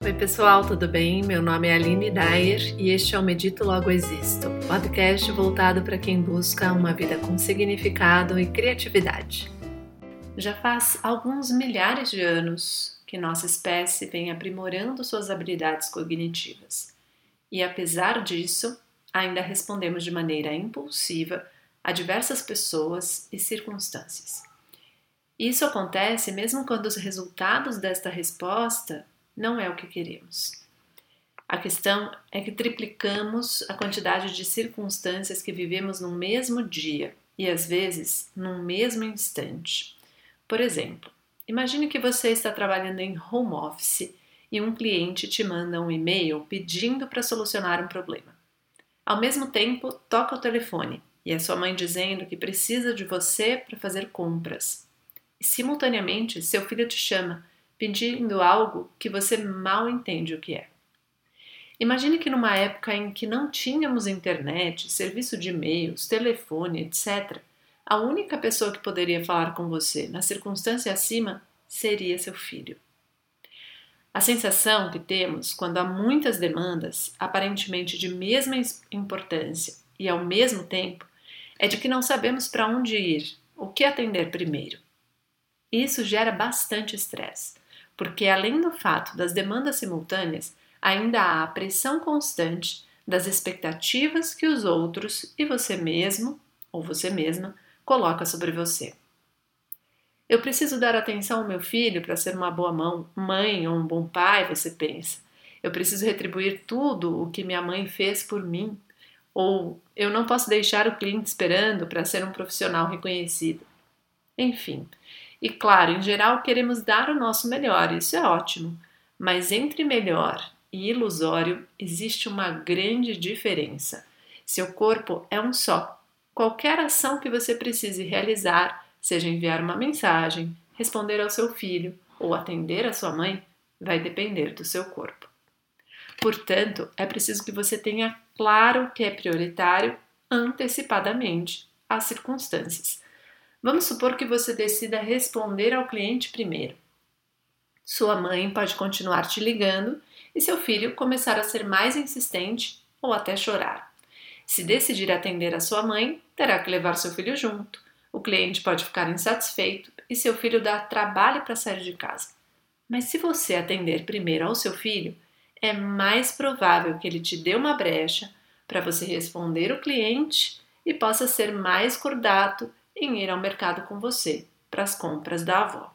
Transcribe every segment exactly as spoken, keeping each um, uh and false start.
Oi pessoal, tudo bem? Meu nome é Aline Dyer e este é o Medito Logo Existo, podcast voltado para quem busca uma vida com significado e criatividade. Já faz alguns milhares de anos que nossa espécie vem aprimorando suas habilidades cognitivas e, apesar disso, ainda respondemos de maneira impulsiva a diversas pessoas e circunstâncias. Isso acontece mesmo quando os resultados desta resposta não é o que queremos. A questão é que triplicamos a quantidade de circunstâncias que vivemos no mesmo dia e, às vezes, num mesmo instante. Por exemplo, imagine que você está trabalhando em home office e um cliente te manda um e-mail pedindo para solucionar um problema. Ao mesmo tempo, toca o telefone e é sua mãe dizendo que precisa de você para fazer compras. E, simultaneamente, seu filho te chama pedindo algo que você mal entende o que é. Imagine que numa época em que não tínhamos internet, serviço de e-mails, telefone, etcétera, a única pessoa que poderia falar com você na circunstância acima seria seu filho. A sensação que temos quando há muitas demandas, aparentemente de mesma importância e ao mesmo tempo, é de que não sabemos para onde ir, o que atender primeiro. Isso gera bastante estresse, porque além do fato das demandas simultâneas, ainda há a pressão constante das expectativas que os outros e você mesmo, ou você mesma, coloca sobre você. Eu preciso dar atenção ao meu filho para ser uma boa mão, mãe ou um bom pai, você pensa. Eu preciso retribuir tudo o que minha mãe fez por mim. Ou eu não posso deixar o cliente esperando para ser um profissional reconhecido. Enfim. E claro, em geral queremos dar o nosso melhor, isso é ótimo, mas entre melhor e ilusório existe uma grande diferença. Seu corpo é um só. Qualquer ação que você precise realizar, seja enviar uma mensagem, responder ao seu filho ou atender a sua mãe, vai depender do seu corpo. Portanto, é preciso que você tenha claro o que é prioritário antecipadamente às circunstâncias. Vamos supor que você decida responder ao cliente primeiro. Sua mãe pode continuar te ligando e seu filho começar a ser mais insistente ou até chorar. Se decidir atender a sua mãe, terá que levar seu filho junto. O cliente pode ficar insatisfeito e seu filho dar trabalho para sair de casa. Mas se você atender primeiro ao seu filho, é mais provável que ele te dê uma brecha para você responder o cliente e possa ser mais cordato em ir ao mercado com você, para as compras da avó.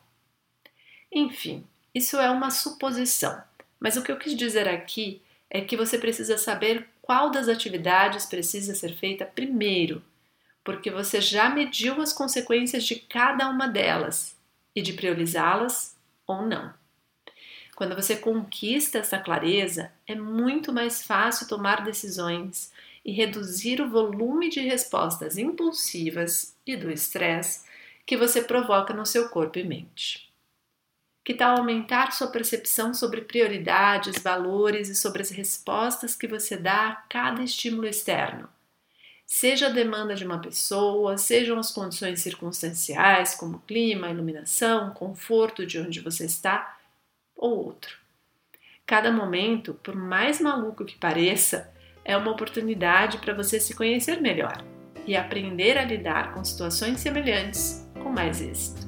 Enfim, isso é uma suposição, mas o que eu quis dizer aqui é que você precisa saber qual das atividades precisa ser feita primeiro, porque você já mediu as consequências de cada uma delas e de priorizá-las ou não. Quando você conquista essa clareza, é muito mais fácil tomar decisões e reduzir o volume de respostas impulsivas e do estresse que você provoca no seu corpo e mente. Que tal aumentar sua percepção sobre prioridades, valores e sobre as respostas que você dá a cada estímulo externo? Seja a demanda de uma pessoa, sejam as condições circunstanciais, como clima, iluminação, conforto de onde você está, ou outro. Cada momento, por mais maluco que pareça, é uma oportunidade para você se conhecer melhor e aprender a lidar com situações semelhantes com mais êxito.